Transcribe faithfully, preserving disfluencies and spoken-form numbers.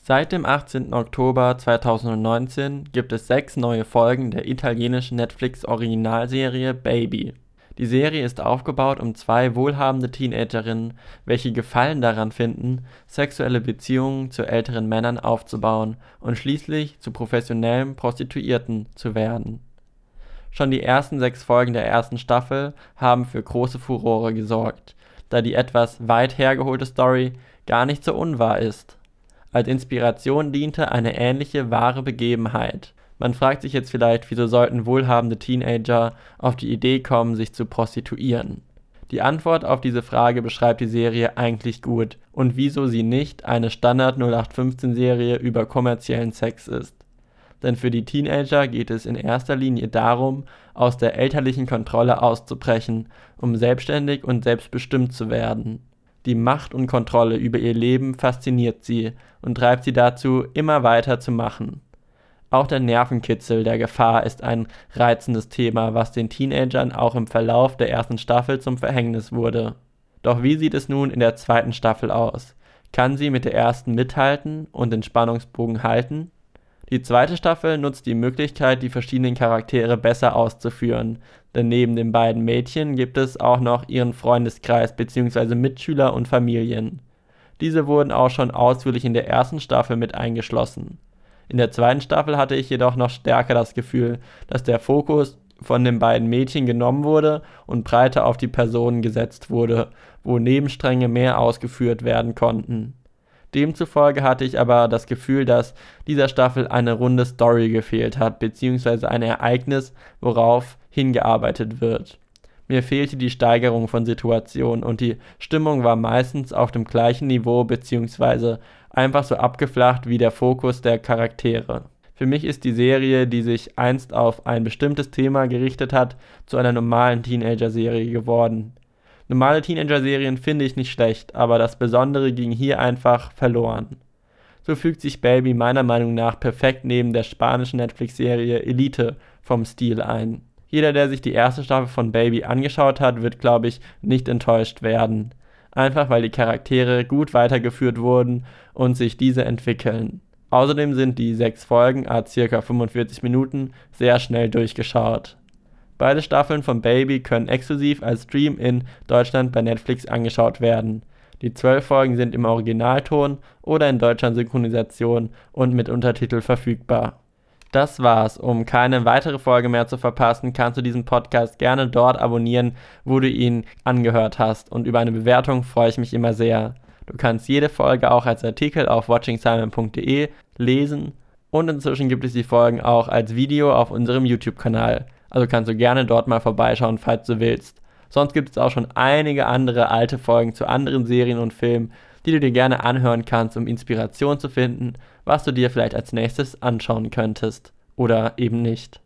Seit dem achtzehnten Oktober zweitausendneunzehn gibt es sechs neue Folgen der italienischen Netflix-Originalserie Baby. Die Serie ist aufgebaut um zwei wohlhabende Teenagerinnen, welche Gefallen daran finden, sexuelle Beziehungen zu älteren Männern aufzubauen und schließlich zu professionellen Prostituierten zu werden. Schon die ersten sechs Folgen der ersten Staffel haben für große Furore gesorgt, da die etwas weit hergeholte Story gar nicht so unwahr ist. Als Inspiration diente eine ähnliche wahre Begebenheit. Man fragt sich jetzt vielleicht, wieso sollten wohlhabende Teenager auf die Idee kommen, sich zu prostituieren? Die Antwort auf diese Frage beschreibt die Serie eigentlich gut und wieso sie nicht eine Standard null acht fünfzehn Serie über kommerziellen Sex ist. Denn für die Teenager geht es in erster Linie darum, aus der elterlichen Kontrolle auszubrechen, um selbstständig und selbstbestimmt zu werden. Die Macht und Kontrolle über ihr Leben fasziniert sie und treibt sie dazu, immer weiter zu machen. Auch der Nervenkitzel der Gefahr ist ein reizendes Thema, was den Teenagern auch im Verlauf der ersten Staffel zum Verhängnis wurde. Doch wie sieht es nun in der zweiten Staffel aus? Kann sie mit der ersten mithalten und den Spannungsbogen halten? Die zweite Staffel nutzt die Möglichkeit, die verschiedenen Charaktere besser auszuführen, denn neben den beiden Mädchen gibt es auch noch ihren Freundeskreis bzw. Mitschüler und Familien. Diese wurden auch schon ausführlich in der ersten Staffel mit eingeschlossen. In der zweiten Staffel hatte ich jedoch noch stärker das Gefühl, dass der Fokus von den beiden Mädchen genommen wurde und breiter auf die Personen gesetzt wurde, wo Nebenstränge mehr ausgeführt werden konnten. Demzufolge hatte ich aber das Gefühl, dass dieser Staffel eine runde Story gefehlt hat, beziehungsweise ein Ereignis, worauf hingearbeitet wird. Mir fehlte die Steigerung von Situationen und die Stimmung war meistens auf dem gleichen Niveau, beziehungsweise einfach so abgeflacht wie der Fokus der Charaktere. Für mich ist die Serie, die sich einst auf ein bestimmtes Thema gerichtet hat, zu einer normalen Teenager-Serie geworden. Normale Teenager-Serien finde ich nicht schlecht, aber das Besondere ging hier einfach verloren. So fügt sich Baby meiner Meinung nach perfekt neben der spanischen Netflix-Serie Elite vom Stil ein. Jeder, der sich die erste Staffel von Baby angeschaut hat, wird, glaube ich, nicht enttäuscht werden. Einfach weil die Charaktere gut weitergeführt wurden und sich diese entwickeln. Außerdem sind die sechs Folgen, à ca. fünfundvierzig Minuten, sehr schnell durchgeschaut. Beide Staffeln von Baby können exklusiv als Stream in Deutschland bei Netflix angeschaut werden. Die zwölf Folgen sind im Originalton oder in deutscher Synchronisation und mit Untertitel verfügbar. Das war's. Um keine weitere Folge mehr zu verpassen, kannst du diesen Podcast gerne dort abonnieren, wo du ihn angehört hast. Und über eine Bewertung freue ich mich immer sehr. Du kannst jede Folge auch als Artikel auf watching simon punkt de lesen und inzwischen gibt es die Folgen auch als Video auf unserem YouTube-Kanal. Also kannst du gerne dort mal vorbeischauen, falls du willst. Sonst gibt es auch schon einige andere alte Folgen zu anderen Serien und Filmen, die du dir gerne anhören kannst, um Inspiration zu finden, was du dir vielleicht als nächstes anschauen könntest. Oder eben nicht.